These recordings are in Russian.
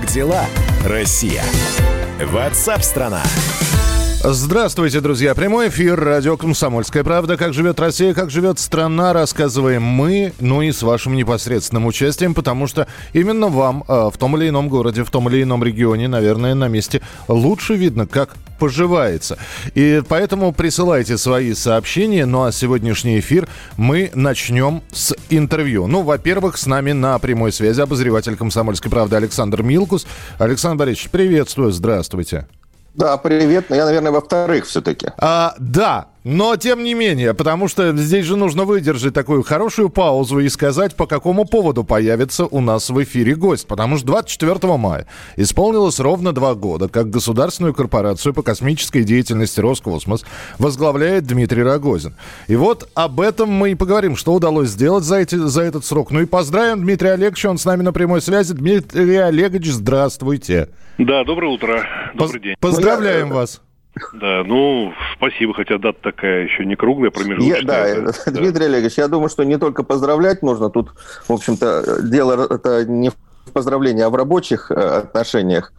Как дела, Россия? WhatsApp-страна. Здравствуйте, друзья. Прямой эфир, радио «Комсомольская правда». Как живет Россия, как живет страна, рассказываем мы, ну и с вашим непосредственным участием, потому что именно вам в том или ином городе, в том или ином регионе, наверное, на месте лучше видно, как поживается. И поэтому присылайте свои сообщения. Ну а сегодняшний эфир мы начнем с интервью. Ну, во-первых, с нами на прямой связи обозреватель «Комсомольской правды» Александр Милкус. Александр Борисович, приветствую, здравствуйте. Да, привет. Но я, наверное, во-вторых все-таки. Да, но тем не менее, потому что здесь же нужно выдержать такую хорошую паузу и сказать, по какому поводу появится у нас в эфире гость. Потому что 24 мая исполнилось ровно 2 года, как государственную корпорацию по космической деятельности «Роскосмос» возглавляет Дмитрий Рогозин. И вот об этом мы и поговорим, что удалось сделать за этот срок. Ну и поздравим Дмитрия Олеговича, он с нами на прямой связи. Дмитрий Олегович, здравствуйте. Да, доброе утро, добрый день. Поздравляем вас. Да, ну, спасибо, хотя дата такая еще не круглая, промежуточная. Дмитрий Олегович, я думаю, что не только поздравлять нужно, тут, в общем-то, дело это не в поздравлении, а в рабочих отношениях.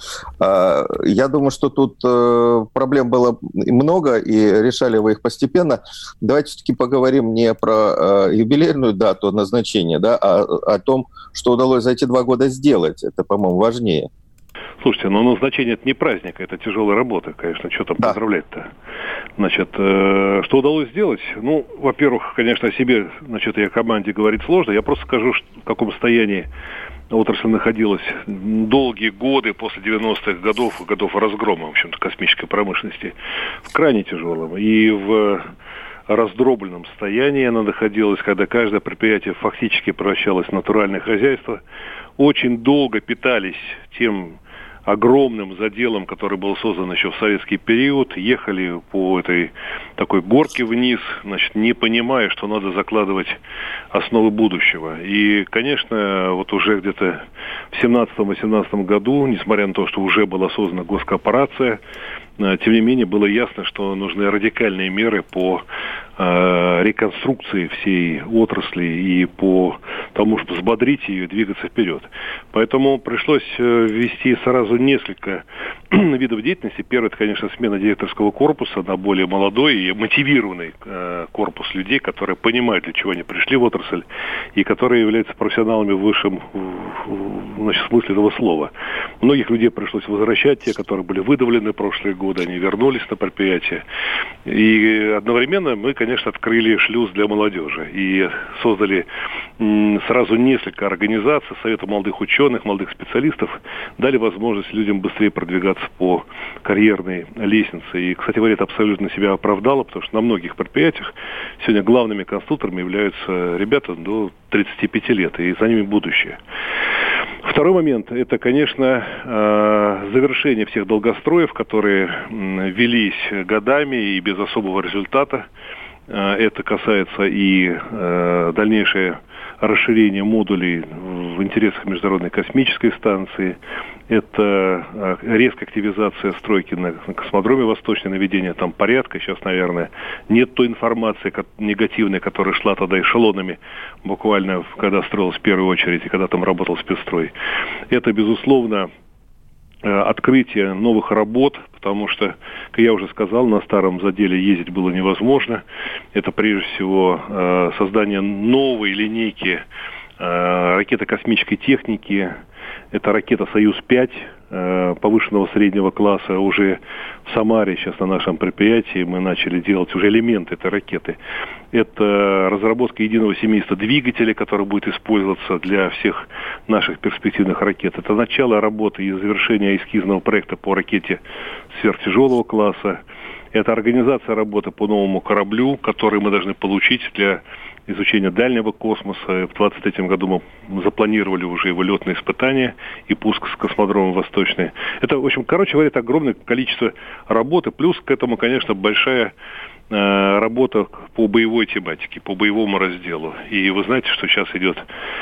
Я думаю, что тут проблем было много, и решали вы их постепенно. Давайте все-таки поговорим не про юбилейную дату назначения, да, а о том, что удалось за эти 2 года сделать. Это, по-моему, важнее. Слушайте, ну назначение это не праздник, это тяжелая работа, конечно, что там поздравлять-то. Значит, что удалось сделать? Ну, во-первых, конечно, о себе, значит, и о команде говорить сложно. Я просто скажу, в каком состоянии отрасль находилась долгие годы после 90-х годов разгрома, в общем-то, космической промышленности, в крайне тяжелом. И в раздробленном состоянии она находилась, когда каждое предприятие фактически превращалось в натуральное хозяйство. Очень долго питались тем огромным заделом, который был создан еще в советский период, ехали по этой такой горке вниз, значит, не понимая, что надо закладывать основы будущего. И, конечно, вот уже где-то в 17-18 году, несмотря на то, что уже была создана госкорпорация, тем не менее было ясно, что нужны радикальные меры по реконструкции всей отрасли и по тому, чтобы взбодрить ее и двигаться вперед. Поэтому пришлось ввести сразу несколько видов деятельности. Первый, это, конечно, смена директорского корпуса на более молодой и мотивированный корпус людей, которые понимают, для чего они пришли в отрасль, и которые являются профессионалами в высшем, значит, смысле этого слова. Многих людей пришлось возвращать, те, которые были выдавлены в прошлые годы, они вернулись на предприятие. И одновременно мы, конечно, открыли шлюз для молодежи и создали сразу несколько организаций, Совета молодых ученых, молодых специалистов, дали возможность людям быстрее продвигаться по карьерной лестнице. И, кстати говоря, это абсолютно себя оправдало, потому что на многих предприятиях сегодня главными конструкторами являются ребята до 35 лет, и за ними будущее. Второй момент – это, конечно, завершение всех долгостроев, которые велись годами и без особого результата. Это касается и дальнейшее расширение модулей в интересах Международной космической станции. Это резкая активизация стройки на космодроме Восточный, наведение там порядка. Сейчас, наверное, нет той информации негативной, которая шла тогда эшелонами, буквально, когда строилась в первую очередь и когда там работал спецстрой. Это, безусловно, открытие новых работ, потому что, как я уже сказал, на старом заделе ездить было невозможно. Это, прежде всего, создание новой линейки ракеты космической техники. Это ракета «Союз-5» повышенного среднего класса. Уже в Самаре, сейчас на нашем предприятии, мы начали делать уже элементы этой ракеты. Это разработка единого семейства двигателей, который будет использоваться для всех наших перспективных ракет. Это начало работы и завершение эскизного проекта по ракете сверхтяжелого класса. Это организация работы по новому кораблю, который мы должны получить для изучения дальнего космоса. В 2023 году мы запланировали уже его летные испытания и пуск с космодрома Восточный. Это, в общем, короче говоря, это огромное количество работы. Плюс к этому, конечно, большая работа по боевой тематике, по боевому разделу. И вы знаете, что сейчас идет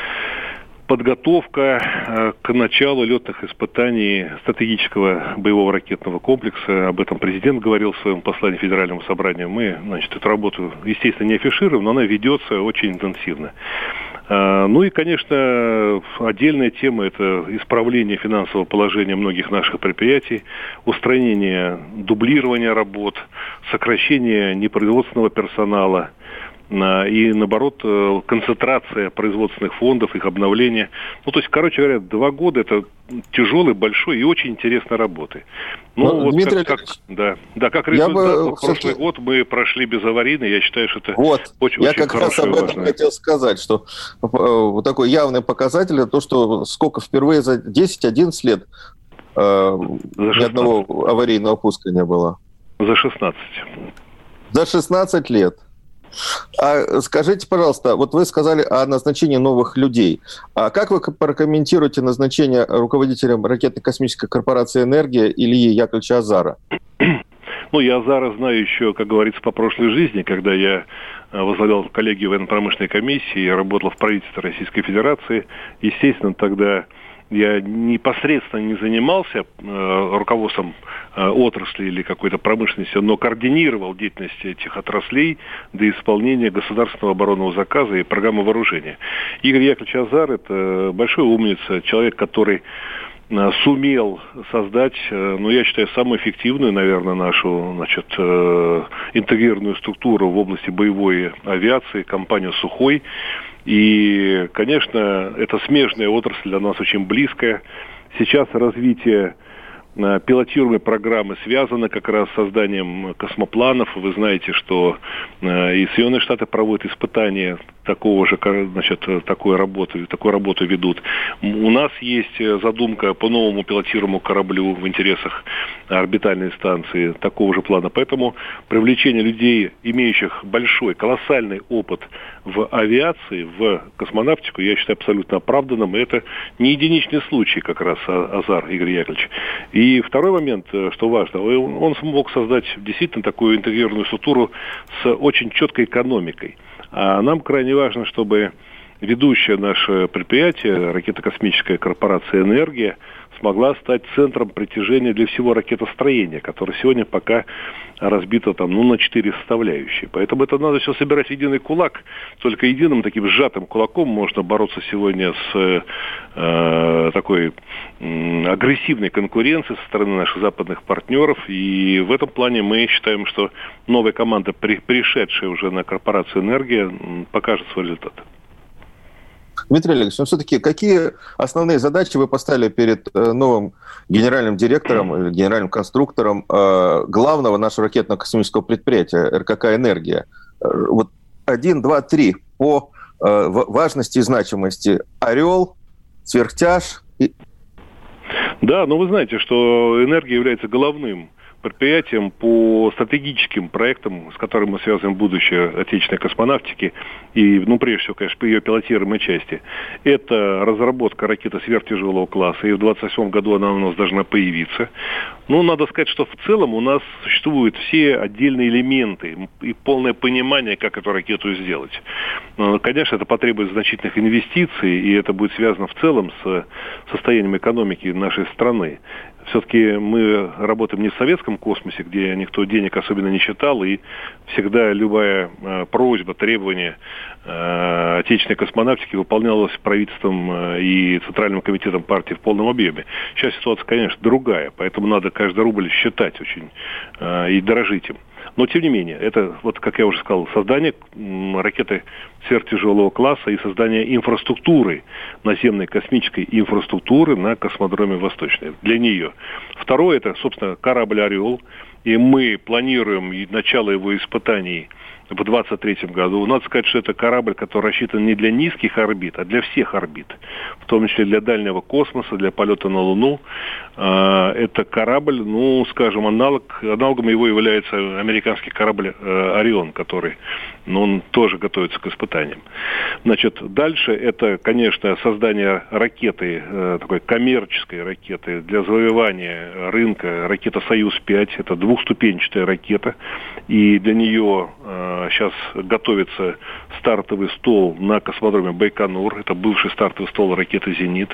подготовка к началу летных испытаний стратегического боевого ракетного комплекса. Об этом президент говорил в своем послании Федеральному собранию. Мы, значит, эту работу, естественно, не афишируем, но она ведется очень интенсивно. Ну и, конечно, отдельная тема – это исправление финансового положения многих наших предприятий, устранение дублирования работ, сокращение непроизводственного персонала и, наоборот, концентрация производственных фондов, их обновление. Ну, то есть, короче говоря, 2 года – это тяжелой, большой и очень интересной работы. Ну, вот Дмитрий как результат, прошлый год мы прошли безаварийно, я считаю, что это очень, я как раз об этом хотел сказать, что вот такой явный показатель – это то, что сколько впервые за 10-11 лет ни одного аварийного пуска не было. За 16. За 16 лет. А скажите, пожалуйста, вот вы сказали о назначении новых людей. А как вы прокомментируете назначение руководителем ракетно-космической корпорации «Энергия» Ильи Яковлевича Азара? Ну, я Азара знаю еще, как говорится, по прошлой жизни, когда я возглавлял коллегию военно-промышленной комиссии, я работал в правительстве Российской Федерации. Естественно, тогда я непосредственно не занимался руководством отрасли или какой-то промышленности, но координировал деятельность этих отраслей до исполнения государственного оборонного заказа и программы вооружения. Игорь Яковлевич Азар – это большой умница, человек, который сумел создать, я считаю, самую эффективную, наверное, нашу, интегрированную структуру в области боевой авиации, компанию «Сухой». И, конечно, это смежная отрасль, для нас очень близкая. Сейчас развитие пилотируемой программы связано как раз с созданием космопланов. Вы знаете, что и Соединенные Штаты проводят испытания такую работу ведут. У нас есть задумка по новому пилотируемому кораблю в интересах орбитальной станции такого же плана. Поэтому привлечение людей, имеющих большой, колоссальный опыт в авиации, в космонавтику, я считаю абсолютно оправданным. И это не единичный случай как раз Азар Игорь Яковлевич. И второй момент, что важно, он смог создать действительно такую интегрированную структуру с очень четкой экономикой. А нам крайне важно, чтобы ведущее наше предприятие, ракетно-космическая корпорация «Энергия», смогла стать центром притяжения для всего ракетостроения, которое сегодня пока разбито на 4 составляющие. Поэтому это надо все собирать в единый кулак. Только единым таким сжатым кулаком можно бороться сегодня с такой агрессивной конкуренцией со стороны наших западных партнеров. И в этом плане мы считаем, что новая команда, пришедшая уже на корпорацию «Энергия», покажет свой результат. Дмитрий Олегович, все-таки какие основные задачи вы поставили перед новым генеральным директором или генеральным конструктором главного нашего ракетно-космического предприятия РКК «Энергия»? Вот 1, 2, 3 по важности и значимости. «Орел», «Сверхтяж». Да, но вы знаете, что «Энергия» является головным предприятием по стратегическим проектам, с которыми мы связываем будущее отечественной космонавтики и, прежде всего, конечно, по ее пилотируемой части. Это разработка ракеты сверхтяжелого класса, и в 2028 году она у нас должна появиться. Надо сказать, что в целом у нас существуют все отдельные элементы и полное понимание, как эту ракету сделать. Конечно, это потребует значительных инвестиций, и это будет связано в целом с состоянием экономики нашей страны. Все-таки мы работаем не в советском космосе, где никто денег особенно не считал, и всегда любая просьба, требование отечественной космонавтики выполнялась правительством и Центральным комитетом партии в полном объеме. Сейчас ситуация, конечно, другая, поэтому надо каждый рубль считать очень и дорожить им. Но, тем не менее, это, как я уже сказал, создание ракеты сверхтяжелого класса и создание инфраструктуры, наземной космической инфраструктуры на космодроме Восточный. Для нее. Второе, это, собственно, корабль «Орел». И мы планируем начало его испытаний в 2023 году. Надо сказать, что это корабль, который рассчитан не для низких орбит, а для всех орбит, в том числе для дальнего космоса, для полета на Луну. Это корабль, аналогом его является американский корабль «Орион», который, он тоже готовится к испытаниям. Дальше это, конечно, создание ракеты, такой коммерческой ракеты для завоевания рынка, ракета «Союз-5», это двухступенчатая ракета, и для нее сейчас готовится стартовый стол на космодроме Байконур. Это бывший стартовый стол ракеты «Зенит».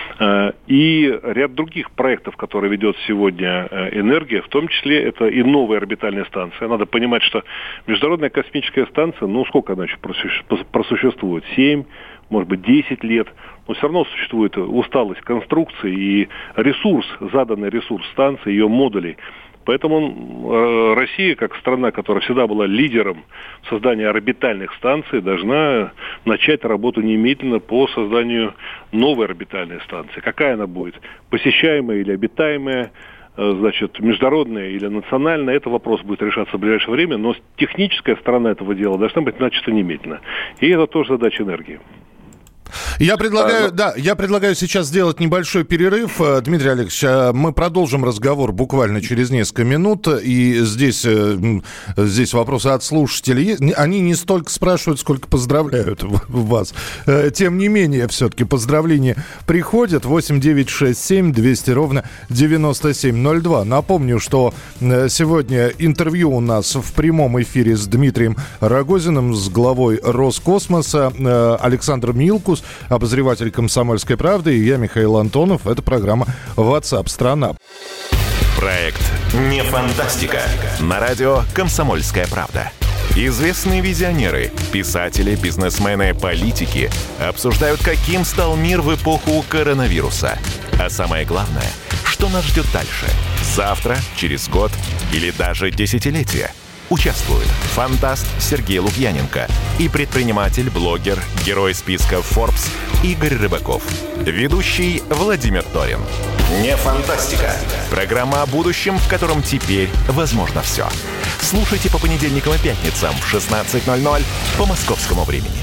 И ряд других проектов, которые ведет сегодня «Энергия», в том числе это и новая орбитальная станция. Надо понимать, что Международная космическая станция, сколько она еще просуществует? 7, может быть, 10 лет, но все равно существует усталость конструкции и ресурс, заданный ресурс станции, ее модулей. Поэтому Россия, как страна, которая всегда была лидером в создании орбитальных станций, должна начать работу немедленно по созданию новой орбитальной станции. Какая она будет? Посещаемая или обитаемая? Значит, международная или национальная, это вопрос будет решаться в ближайшее время, но техническая сторона этого дела должна быть начата немедленно. И это тоже задача энергии. Я предлагаю сейчас сделать небольшой перерыв. Дмитрий Олегович, мы продолжим разговор буквально через несколько минут. И здесь вопросы от слушателей. Они не столько спрашивают, сколько поздравляют вас. Тем не менее, все-таки поздравления приходят. 8 9 6 7 200 ровно 9702. Напомню, что сегодня интервью у нас в прямом эфире с Дмитрием Рогозиным, с главой Роскосмоса, Александр Милкус, обозреватель «Комсомольской правды», и я, Михаил Антонов. Это программа WhatsApp страна. Проект «Не фантастика» на радио «Комсомольская правда». Известные визионеры, писатели, бизнесмены, политики обсуждают, каким стал мир в эпоху коронавируса. А самое главное, что нас ждет дальше? Завтра, через год или даже десятилетие? Участвуют фантаст Сергей Лукьяненко и предприниматель, блогер, герой списка Forbes Игорь Рыбаков. Ведущий Владимир Торин. Не фантастика. Программа о будущем, в котором теперь возможно все. Слушайте по понедельникам и пятницам в 16:00 по московскому времени.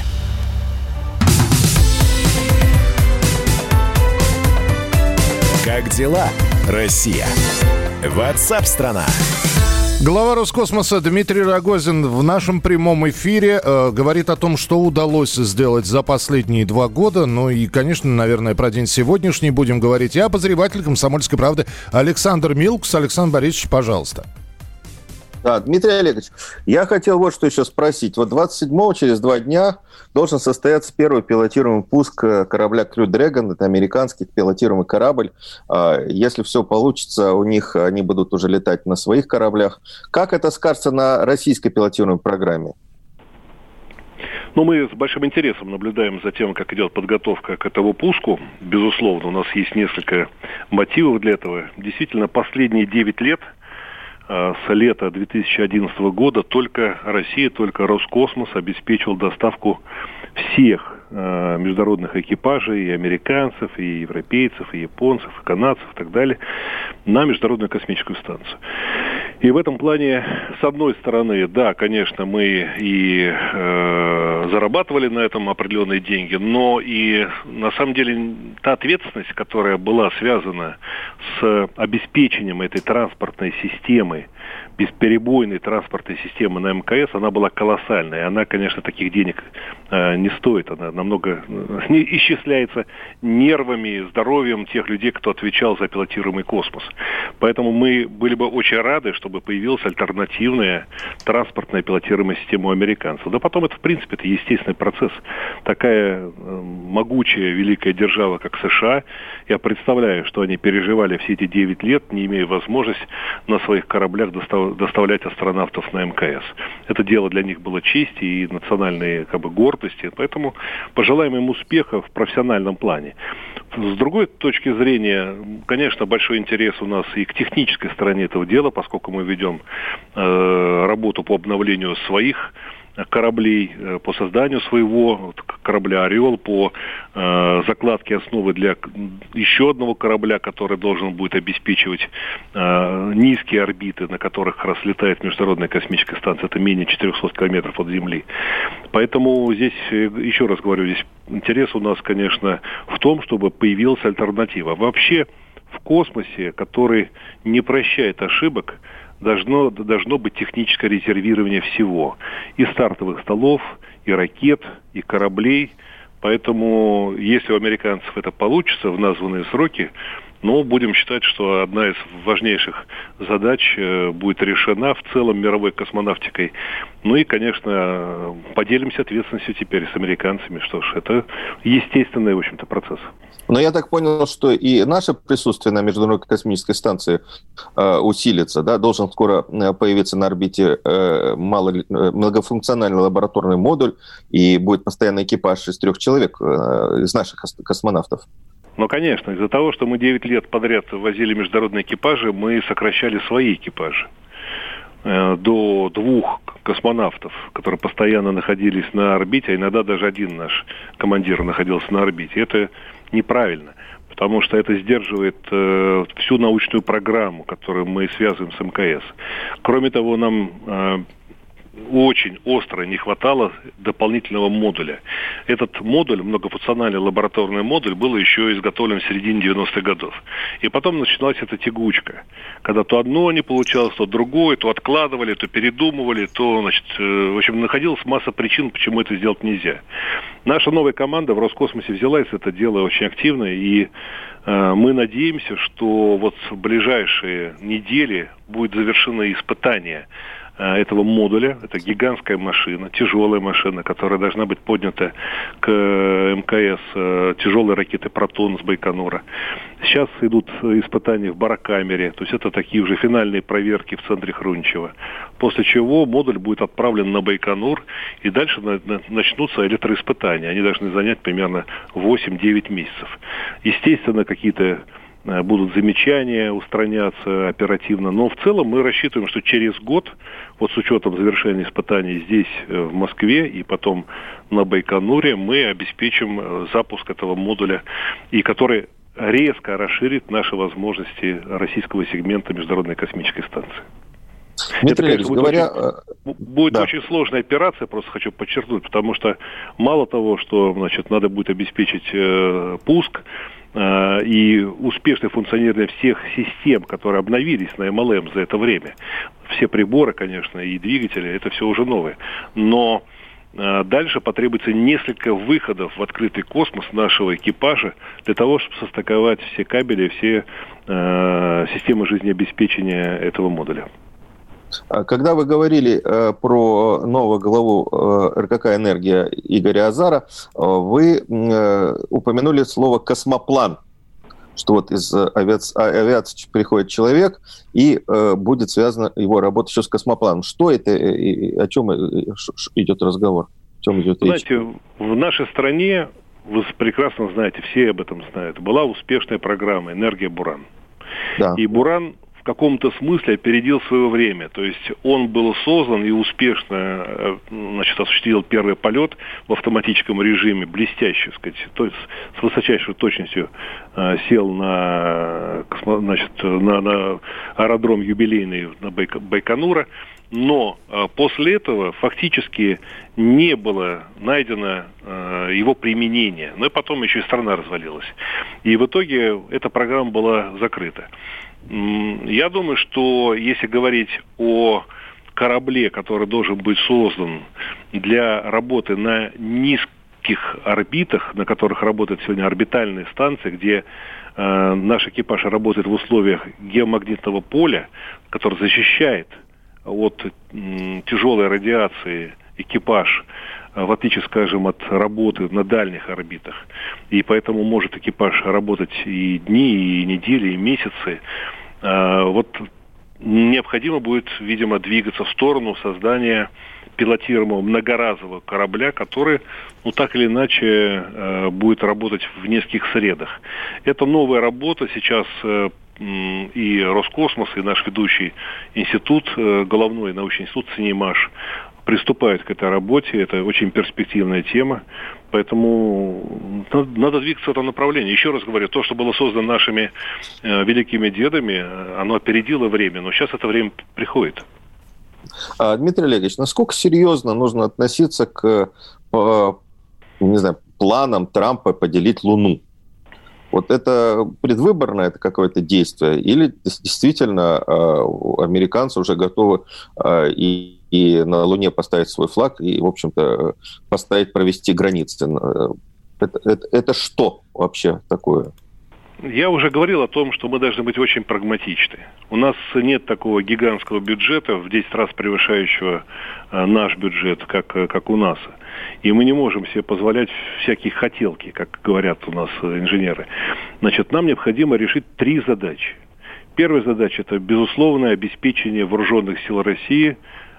Как дела, Россия? WhatsApp-страна. Глава Роскосмоса Дмитрий Рогозин в нашем прямом эфире говорит о том, что удалось сделать за последние 2 года. Ну и, конечно, наверное, про день сегодняшний будем говорить. И обозреватель «Комсомольской правды» Александр Милкус. Александр Борисович, пожалуйста. Да, Дмитрий Олегович, я хотел вот что еще спросить. Вот 27-го, через 2 дня, должен состояться первый пилотируемый пуск корабля Crew Dragon. Это американский пилотируемый корабль. Если все получится, у них они будут уже летать на своих кораблях. Как это скажется на российской пилотируемой программе? Ну, мы с большим интересом наблюдаем за тем, как идет подготовка к этому пуску. Безусловно, у нас есть несколько мотивов для этого. Действительно, последние 9 лет, с лета 2011 года, только Россия, только Роскосмос обеспечивал доставку всех международных экипажей, и американцев, и европейцев, и японцев, и канадцев, и так далее, на Международную космическую станцию. И в этом плане, с одной стороны, да, конечно, мы и зарабатывали на этом определенные деньги, но и на самом деле та ответственность, которая была связана с обеспечением этой транспортной системы, бесперебойной транспортной системы на МКС, она была колоссальная. Она, конечно, таких денег не стоит. Она намного исчисляется нервами, здоровьем тех людей, кто отвечал за пилотируемый космос. Поэтому мы были бы очень рады, чтобы появилась альтернативная транспортная пилотируемая система у американцев. Да потом это, в принципе, это естественный процесс. Такая могучая, великая держава, как США, я представляю, что они переживали все эти 9 лет, не имея возможности на своих кораблях доставлять астронавтов на МКС. Это дело для них было чести и национальной гордости, поэтому пожелаем им успеха в профессиональном плане. С другой точки зрения, конечно, большой интерес у нас и к технической стороне этого дела, поскольку мы ведем работу по обновлению своих кораблей, по созданию своего корабля «Орел», по закладке основы для еще одного корабля, который должен будет обеспечивать низкие орбиты, на которых раз летает Международная космическая станция. Это менее 400 километров от Земли. Поэтому здесь, еще раз говорю, здесь интерес у нас, конечно, в том, чтобы появилась альтернатива. Вообще в космосе, который не прощает ошибок, должно быть техническое резервирование всего. И стартовых столов, и ракет, и кораблей. Поэтому, если у американцев это получится в названные сроки, Но будем считать, что одна из важнейших задач будет решена в целом мировой космонавтикой. Ну и, конечно, поделимся ответственностью теперь с американцами. Что ж, это естественный, в общем-то, процесс. Но я так понял, что и наше присутствие на Международной космической станции усилится, да? Должен скоро появиться на орбите многофункциональный лабораторный модуль, и будет постоянный экипаж из 3 человек из наших космонавтов. Ну, конечно, из-за того, что мы 9 лет подряд возили международные экипажи, мы сокращали свои экипажи до 2 космонавтов, которые постоянно находились на орбите, а иногда даже один наш командир находился на орбите. Это неправильно, потому что это сдерживает всю научную программу, которую мы связываем с МКС. Кроме того, нам очень остро не хватало дополнительного модуля. Этот модуль, многофункциональный лабораторный модуль, был еще изготовлен в середине 90-х годов. И потом началась эта тягучка, когда то одно не получалось, то другое, то откладывали, то передумывали, то, значит, в общем, находилась масса причин, почему это сделать нельзя. Наша новая команда в Роскосмосе взялась это дело очень активно, и мы надеемся, что вот в ближайшие недели будет завершено испытание этого модуля. Это гигантская машина, тяжелая машина, которая должна быть поднята к МКС тяжелой ракеты «Протон» с Байконура. Сейчас идут испытания в барокамере, то есть это такие уже финальные проверки в центре Хруничева. После чего модуль будет отправлен на Байконур, и дальше начнутся электроиспытания. Они должны занять примерно 8-9 месяцев. Естественно, какие-то будут замечания устраняться оперативно. Но в целом мы рассчитываем, что через год, вот с учетом завершения испытаний здесь, в Москве, и потом на Байконуре, мы обеспечим запуск этого модуля, и который резко расширит наши возможности российского сегмента Международной космической станции. Дмитрий Это, конечно, будет очень сложная операция, просто хочу подчеркнуть, потому что мало того, что, значит, надо будет обеспечить пуск и успешное функционирование всех систем, которые обновились на МЛМ за это время. Все приборы, конечно, и двигатели, это все уже новое. Но дальше потребуется несколько выходов в открытый космос нашего экипажа для того, чтобы состыковать все кабели, все системы жизнеобеспечения этого модуля. Когда вы говорили про нового главу РКК «Энергия» Игоря Азара, вы упомянули слово «космоплан», что вот из авиации приходит человек, и будет связана его работа еще с космопланом. Что это и о чем идет разговор? О чем идет речь? Знаете, в нашей стране, вы прекрасно знаете, все об этом знают, была успешная программа «Энергия Буран». Да. И Буран в каком-то смысле опередил свое время. То есть он был создан и успешно, значит, осуществил первый полет в автоматическом режиме, блестяще, сказать, то есть с высочайшей точностью сел на аэродром юбилейный на Байконура. Но после этого фактически не было найдено его применение. Но и потом еще и страна развалилась. И в итоге эта программа была закрыта. Я думаю, что если говорить о корабле, который должен быть создан для работы на низких орбитах, на которых работают сегодня орбитальные станции, где наш экипаж работает в условиях геомагнитного поля, который защищает от тяжелой радиации экипаж, в отличие, скажем, от работы на дальних орбитах. И поэтому может экипаж работать и дни, и недели, и месяцы. Вот необходимо будет, видимо, двигаться в сторону создания пилотируемого многоразового корабля, который, ну, так или иначе, будет работать в нескольких средах. Это новая работа. Сейчас и Роскосмос, и наш ведущий институт, головной научный институт ЦНИИМАШ, приступают к этой работе. Это очень перспективная тема. Поэтому надо двигаться в этом направлении. Еще раз говорю, то, что было создано нашими великими дедами, оно опередило время, но сейчас это время приходит. Дмитрий Олегович, насколько серьезно нужно относиться к, не знаю, планам Трампа поделить Луну? Вот это предвыборное это какое-то действие? Или действительно американцы уже готовы и на Луне поставить свой флаг, и, в общем-то, провести границы? Это что вообще такое? Я уже говорил о том, что мы должны быть очень прагматичны. У нас нет такого гигантского бюджета, в 10 раз превышающего наш бюджет, как у НАСА. И мы не можем себе позволять всякие хотелки, как говорят у нас инженеры. Значит, нам необходимо решить 3 задачи. Первая задача – это безусловное обеспечение вооруженных сил России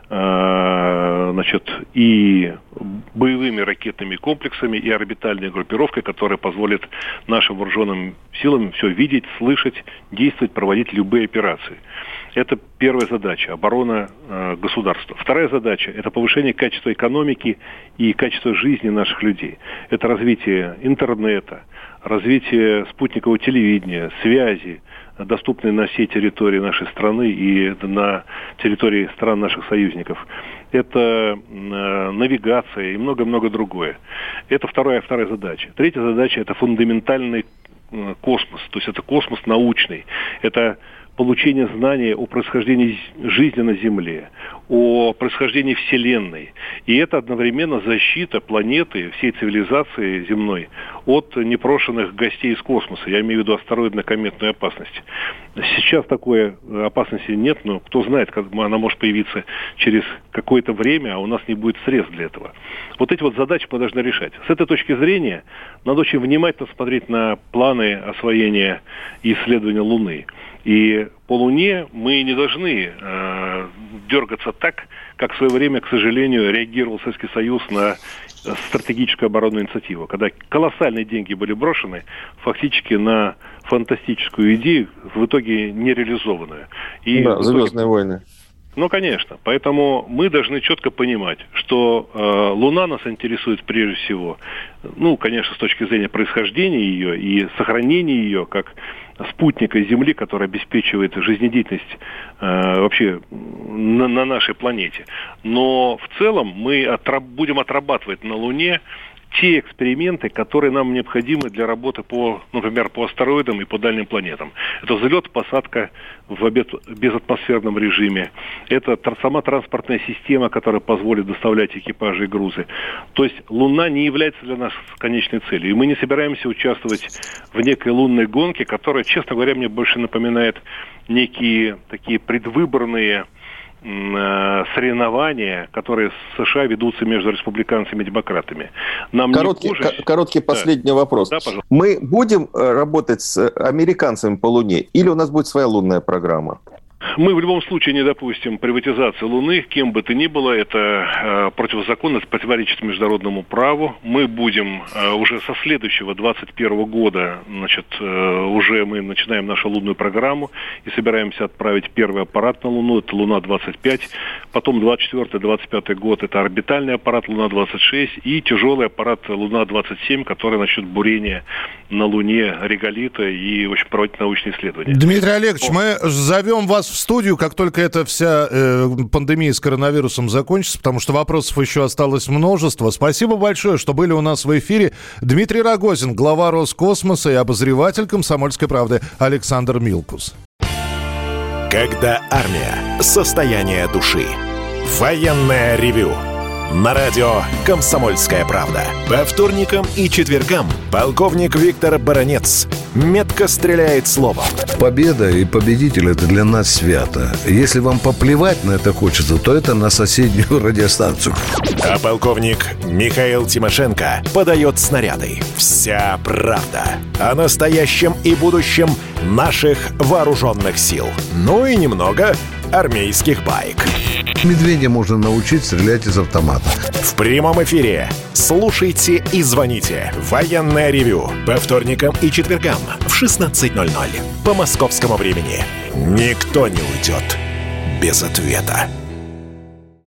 и боевыми ракетными комплексами, и орбитальной группировкой, которая позволит нашим вооруженным силам все видеть, слышать, действовать, проводить любые операции. Это первая задача – оборона государства. Вторая задача – это повышение качества экономики и качества жизни наших людей. Это развитие интернета, развитие спутникового телевидения, связи, доступные на всей территории нашей страны и на территории стран наших союзников. Это навигация и много-много другое. Это вторая задача. Третья задача – это фундаментальный космос, то есть это космос научный. Это получение знания о происхождении жизни на Земле, о происхождении Вселенной. И это одновременно защита планеты, всей цивилизации земной от непрошенных гостей из космоса. Я имею в виду астероидно-кометную опасность. Сейчас такой опасности нет, но кто знает, как она может появиться через какое-то время, а у нас не будет средств для этого. Вот эти вот задачи мы должны решать. С этой точки зрения надо очень внимательно смотреть на планы освоения и исследования Луны. И по Луне мы не должны дергаться так, как в свое время, к сожалению, реагировал Советский Союз на стратегическую оборонную инициативу, когда колоссальные деньги были брошены фактически на фантастическую идею, в итоге нереализованную. И да, «Звездные войны». Ну, конечно. Поэтому мы должны четко понимать, что Луна нас интересует прежде всего, ну, конечно, с точки зрения происхождения ее и сохранения ее как спутника Земли, который обеспечивает жизнедеятельность вообще на нашей планете. Но в целом мы будем отрабатывать на Луне те эксперименты, которые нам необходимы для работы например, по астероидам и по дальним планетам. Это взлет, посадка в безатмосферном режиме. Это сама транспортная система, которая позволит доставлять экипажи и грузы. То есть Луна не является для нас конечной целью. И мы не собираемся участвовать в некой лунной гонке, которая, честно говоря, мне больше напоминает некие такие предвыборные соревнования, которые в США ведутся между республиканцами и демократами. Короткий последний вопрос. Да, мы будем работать с американцами по Луне или у нас будет своя лунная программа? Мы в любом случае не допустим приватизации Луны, кем бы то ни было, это противозаконно, это противоречит международному праву. Мы будем уже со следующего 2021 года, уже мы начинаем нашу лунную программу и собираемся отправить первый аппарат на Луну, это Луна-25, потом 24-25 год, это орбитальный аппарат Луна-26 и тяжелый аппарат Луна-27, который начнет бурение на Луне реголита и очень проводить научные исследования. Дмитрий Олегович, мы зовем вас в студию, как только эта вся пандемия с коронавирусом закончится, потому что вопросов еще осталось множество. Спасибо большое, что были у нас в эфире. Дмитрий Рогозин, глава Роскосмоса, и обозреватель «Комсомольской правды» Александр Милкус. Когда армия. Состояние души. Военное ревю. На радио «Комсомольская правда». По вторникам и четвергам полковник Виктор Баранец метко стреляет словом. Победа и победитель – это для нас свято. Если вам поплевать на это хочется, то это на соседнюю радиостанцию. А полковник Михаил Тимошенко подает снаряды. Вся правда о настоящем и будущем наших вооруженных сил. Ну и немного армейских баек. Медведя можно научить стрелять из автомата. В прямом эфире слушайте и звоните. Военное ревю по вторникам и четвергам в 16:00 по московскому времени. Никто не уйдет без ответа.